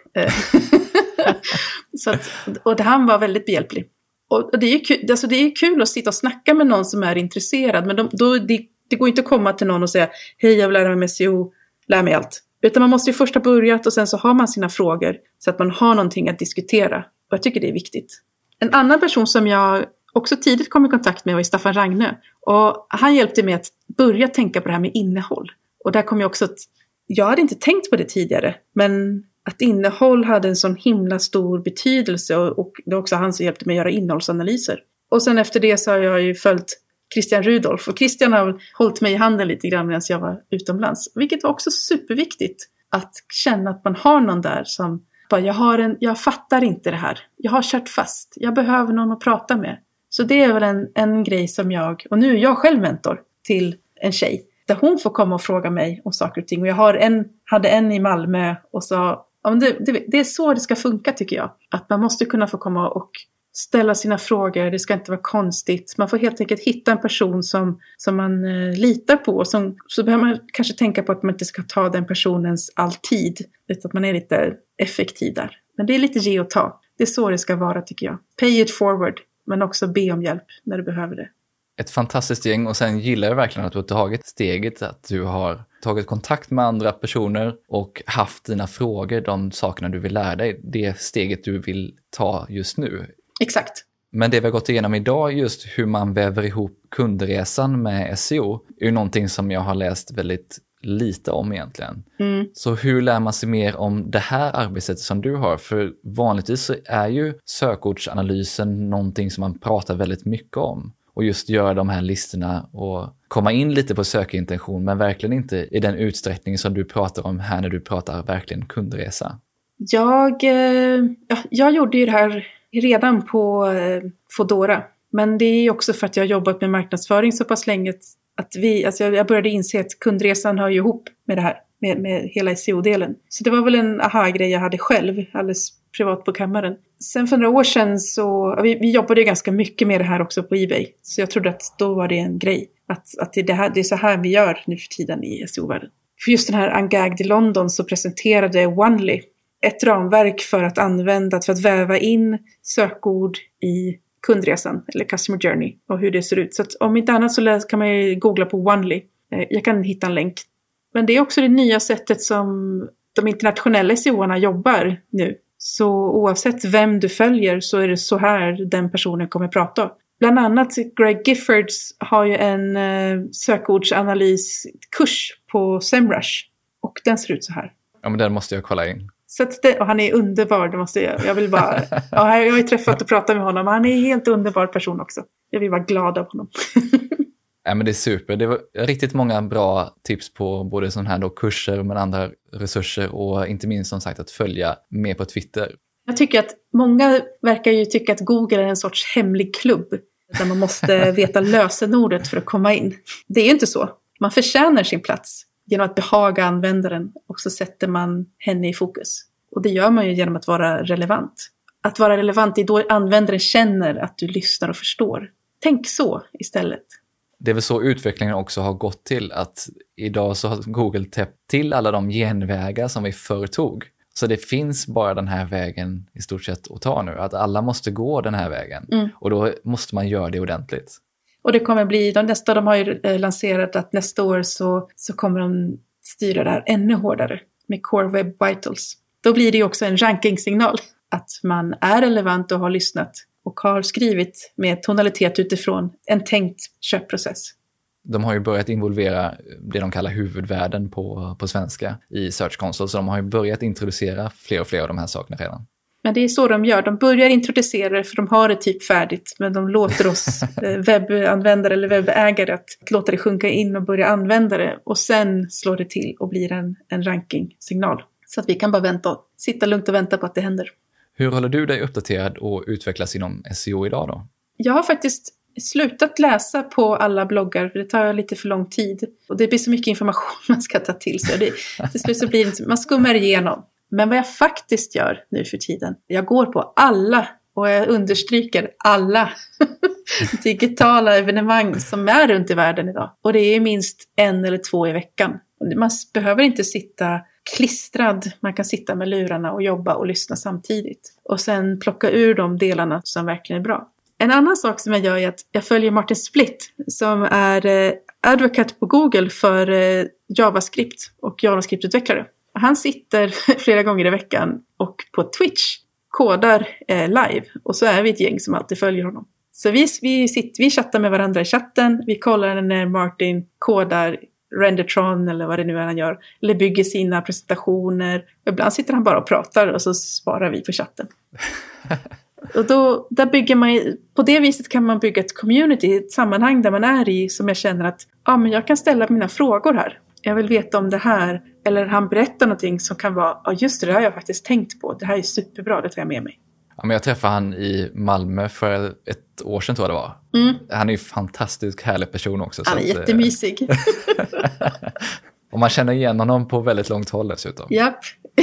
Så att, och det, han var väldigt behjälplig. Och, och det, är ju kul, alltså det är kul att sitta och snacka med någon som är intresserad. Men de, då, det, det går inte att komma till någon och säga hej, jag vill lära mig med S E O, lär mig allt. Utan man måste ju först ha börjat och sen så har man sina frågor så att man har någonting att diskutera. Och jag tycker det är viktigt. En annan person som jag också tidigt kom i kontakt med var Staffan Ragne. Och han hjälpte mig att börja tänka på det här med innehåll. Och där kom jag också att jag hade inte tänkt på det tidigare. Men att innehåll hade en sån himla stor betydelse. Och, och det var också han som hjälpte mig att göra innehållsanalyser. Och sen efter det så har jag ju följt Christian Rudolf. Och Christian har hållit mig i handen lite grann medan jag var utomlands. Vilket var också superviktigt. Att känna att man har någon där som bara, jag, har en, jag fattar inte det här. Jag har kört fast. Jag behöver någon att prata med. Så det är väl en, en grej som jag, och nu är jag själv mentor till en tjej. Där hon får komma och fråga mig om saker och ting. Och jag har en, hade en i Malmö och sa, ja, det, det, det är så det ska funka tycker jag. Att man måste kunna få komma och ställa sina frågor. Det ska inte vara konstigt. Man får helt enkelt hitta en person som, som man eh, litar på. Som, så behöver man kanske tänka på att man inte ska ta den personens all tid. Utan att man är lite effektiv där. Men det är lite ge och ta. Det är så det ska vara tycker jag. Pay it forward. Men också be om hjälp när du behöver det. Ett fantastiskt gäng och sen gillar jag verkligen att du har tagit steget att du har tagit kontakt med andra personer och haft dina frågor, de sakerna du vill lära dig, det steget du vill ta just nu. Exakt. Men det vi har gått igenom idag, just hur man väver ihop kundresan med S E O, är ju någonting som jag har läst väldigt lite om egentligen. Mm. Så hur lär man sig mer om det här arbetssättet som du har? För vanligtvis så är ju sökordsanalysen någonting som man pratar väldigt mycket om. Och just göra de här listorna och komma in lite på sökintention, men verkligen inte i den utsträckning som du pratar om här när du pratar verkligen kundresa. Jag, eh, jag gjorde ju det här redan på eh, Foodora. Men det är också för att jag har jobbat med marknadsföring så pass länge att vi, alltså jag började inse att kundresan hör ju ihop med det här, med, med hela S E O-delen. Så det var väl en aha-grej jag hade själv, alldeles privat på kammaren. Sen för några år sedan så, vi, vi jobbade ju ganska mycket med det här också på eBay. Så jag trodde att då var det en grej, att, att det, här, det är så här vi gör nu för tiden i S E O-världen. För just den här Ungagged i London så presenterade Onely ett ramverk för att använda, för att väva in sökord i kundresan eller customer journey och hur det ser ut. Så att om inte annat så kan man ju googla på Onely. Jag kan hitta en länk. Men det är också det nya sättet som de internationella S E O-arna jobbar nu. Så oavsett vem du följer så är det så här den personen kommer prata. Bland annat Greg Giffords har ju en eh, sökordsanalys-kurs på SEMrush. Och den ser ut så här. Ja, men den måste jag kolla in. Så att det, och han är underbar, det måste jag. Jag vill bara, ja, jag har ju träffat och pratat med honom. Han är en helt underbar person också. Jag vill vara glad av honom. Ja, men det är super. Det var riktigt många bra tips på både sådana här då kurser men andra resurser och inte minst som sagt att följa med på Twitter. Jag tycker att många verkar ju tycka att Google är en sorts hemlig klubb där man måste veta lösenordet för att komma in. Det är ju inte så. Man förtjänar sin plats genom att behaga användaren och så sätter man henne i fokus. Och det gör man ju genom att vara relevant. Att vara relevant är då användaren känner att du lyssnar och förstår. Tänk så istället. Det är väl så utvecklingen också har gått till att idag så har Google täppt till alla de genvägar som vi förr tog. Så det finns bara den här vägen i stort sett att ta nu. Att alla måste gå den här vägen. Mm. Och då måste man göra det ordentligt. Och det kommer bli, de nästa de har ju lanserat att nästa år så, så kommer de styra det här ännu hårdare med Core Web Vitals. Då blir det ju också en rankingsignal att man är relevant och har lyssnat och har skrivit med tonalitet utifrån en tänkt köpprocess. De har ju börjat involvera det de kallar huvudvärden på, på svenska i Search Console, så de har ju börjat introducera fler och fler av de här sakerna redan. Men det är så de gör. De börjar introducera det för de har det typ färdigt. Men de låter oss webbanvändare eller webbägare att låta det sjunka in och börja använda det. Och sen slår det till och blir en, en rankingsignal. Så att vi kan bara vänta och sitta lugnt och vänta på att det händer. Hur håller du dig uppdaterad och utvecklas inom S E O idag då? Jag har faktiskt slutat läsa på alla bloggar. För det tar lite för lång tid. Och det blir så mycket information man ska ta till sig. Det, till slut så blir det, man skummar igenom. Men vad jag faktiskt gör nu för tiden, jag går på alla, och jag understryker alla digitala evenemang som är runt i världen idag. Och det är minst en eller två i veckan. Man behöver inte sitta klistrad, man kan sitta med lurarna och jobba och lyssna samtidigt. Och sen plocka ur de delarna som verkligen är bra. En annan sak som jag gör är att jag följer Martin Splitt som är eh, advokat på Google för eh, JavaScript och JavaScript-utvecklare. Han sitter flera gånger i veckan och på Twitch kodar eh, live. Och så är vi ett gäng som alltid följer honom. Så vi, vi, sitter, vi chattar med varandra i chatten. Vi kollar när Martin kodar Rendertron eller vad det nu är han gör. Eller bygger sina presentationer. Ibland sitter han bara och pratar och så svarar vi på chatten. Och då där bygger man, på det viset kan man bygga ett community, ett sammanhang där man är i, som jag känner att ja, men jag kan ställa mina frågor här. Jag vill veta om det här. Eller han berättar någonting som kan vara, ja just det, det har jag faktiskt tänkt på. Det här är superbra, det tar jag med mig. Ja, men jag träffade han i Malmö för ett år sedan tror jag det var. Mm. Han är ju en fantastisk härlig person också. Han är så jättemysig. Och man känner igen honom på väldigt långt håll dessutom. Japp.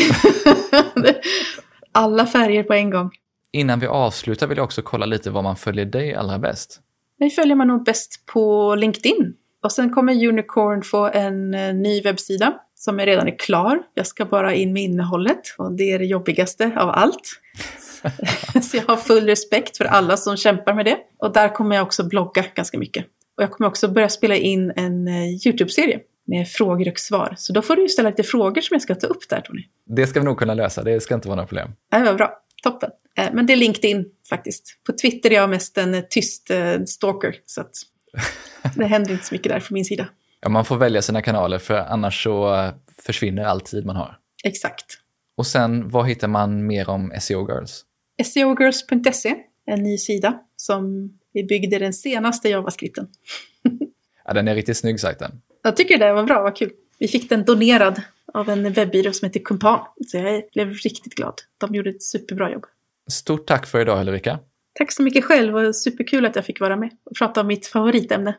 Alla färger på en gång. Innan vi avslutar vill jag också kolla lite vad man följer dig allra bäst. Mig följer man nog bäst på LinkedIn. Och sen kommer Unicorn få en ny webbsida som är redan är klar. Jag ska bara in med innehållet och det är det jobbigaste av allt. Så jag har full respekt för alla som kämpar med det. Och där kommer jag också blogga ganska mycket. Och jag kommer också börja spela in en YouTube-serie med frågor och svar. Så då får du ju ställa lite frågor som jag ska ta upp där, Tony. Det ska vi nog kunna lösa, det ska inte vara några problem. Det var bra, toppen. Men det är LinkedIn faktiskt. På Twitter är jag mest en tyst stalker, så att det händer inte så mycket där från min sida. Ja, man får välja sina kanaler för annars så försvinner all tid man har. Exakt. Och sen, vad hittar man mer om S E O Girls? S E O girls punkt se, en ny sida som vi byggde den senaste JavaScripten. Ja, den är riktigt snygg sajten. Jag tycker det var bra, vad kul. Vi fick den donerad av en webbyrå som heter Kumpan. Så jag blev riktigt glad. De gjorde ett superbra jobb. Stort tack för idag, Ulrika. Tack så mycket själv och superkul att jag fick vara med och prata om mitt favoritämne.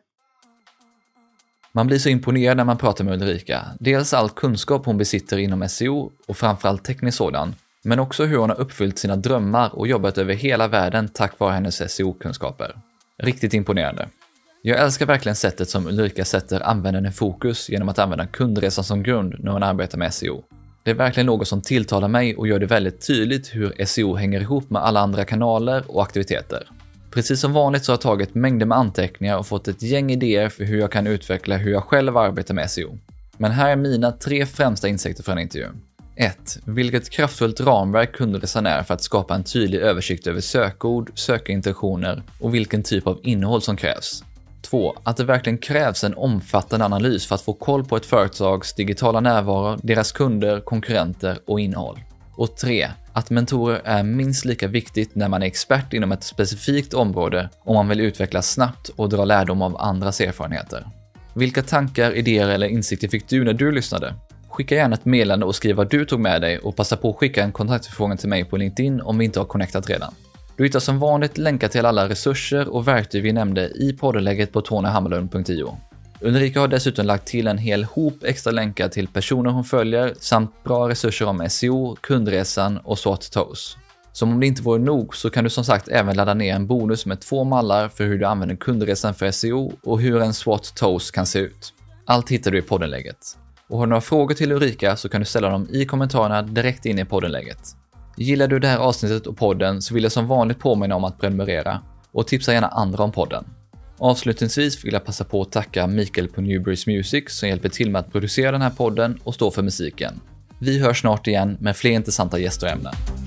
Man blir så imponerad när man pratar med Ulrika. Dels all kunskap hon besitter inom S E O och framförallt teknisk sådan. Men också hur hon har uppfyllt sina drömmar och jobbat över hela världen tack vare hennes S E O-kunskaper. Riktigt imponerande. Jag älskar verkligen sättet som Ulrika sätter användaren i fokus genom att använda kundresan som grund när hon arbetar med S E O. Det är verkligen något som tilltalar mig och gör det väldigt tydligt hur S E O hänger ihop med alla andra kanaler och aktiviteter. Precis som vanligt så har jag tagit mängder med anteckningar och fått ett gäng idéer för hur jag kan utveckla hur jag själv arbetar med S E O. Men här är mina tre främsta insikter från intervjun. ett. Vilket kraftfullt ramverk kundresan är för att skapa en tydlig översikt över sökord, sökintentioner och vilken typ av innehåll som krävs. två. Att det verkligen krävs en omfattande analys för att få koll på ett företags digitala närvaro, deras kunder, konkurrenter och innehåll. Och tre. Att mentorer är minst lika viktigt när man är expert inom ett specifikt område om man vill utvecklas snabbt och dra lärdom av andras erfarenheter. Vilka tankar, idéer eller insikter fick du när du lyssnade? Skicka gärna ett meddelande och skriv vad du tog med dig och passa på att skicka en kontaktförfrågan till mig på LinkedIn om vi inte har connectat redan. Du hittar som vanligt länkar till alla resurser och verktyg vi nämnde i poddenlägget på tony hammarlund punkt io. Ulrika har dessutom lagt till en hel hop extra länkar till personer hon följer samt bra resurser om S E O, kundresan och SWOT Toes. Som om det inte vore nog så kan du som sagt även ladda ner en bonus med två mallar för hur du använder kundresan för S E O och hur en SWOT Toes kan se ut. Allt hittar du i poddenlägget. Och har du några frågor till Ulrika så kan du ställa dem i kommentarerna direkt in i poddenlägget. Gillar du det här avsnittet och podden så vill jag som vanligt påminna om att prenumerera och tipsa gärna andra om podden. Avslutningsvis vill jag passa på att tacka Mikael på Newberries Music som hjälper till med att producera den här podden och stå för musiken. Vi hörs snart igen med fler intressanta gäster och ämnen.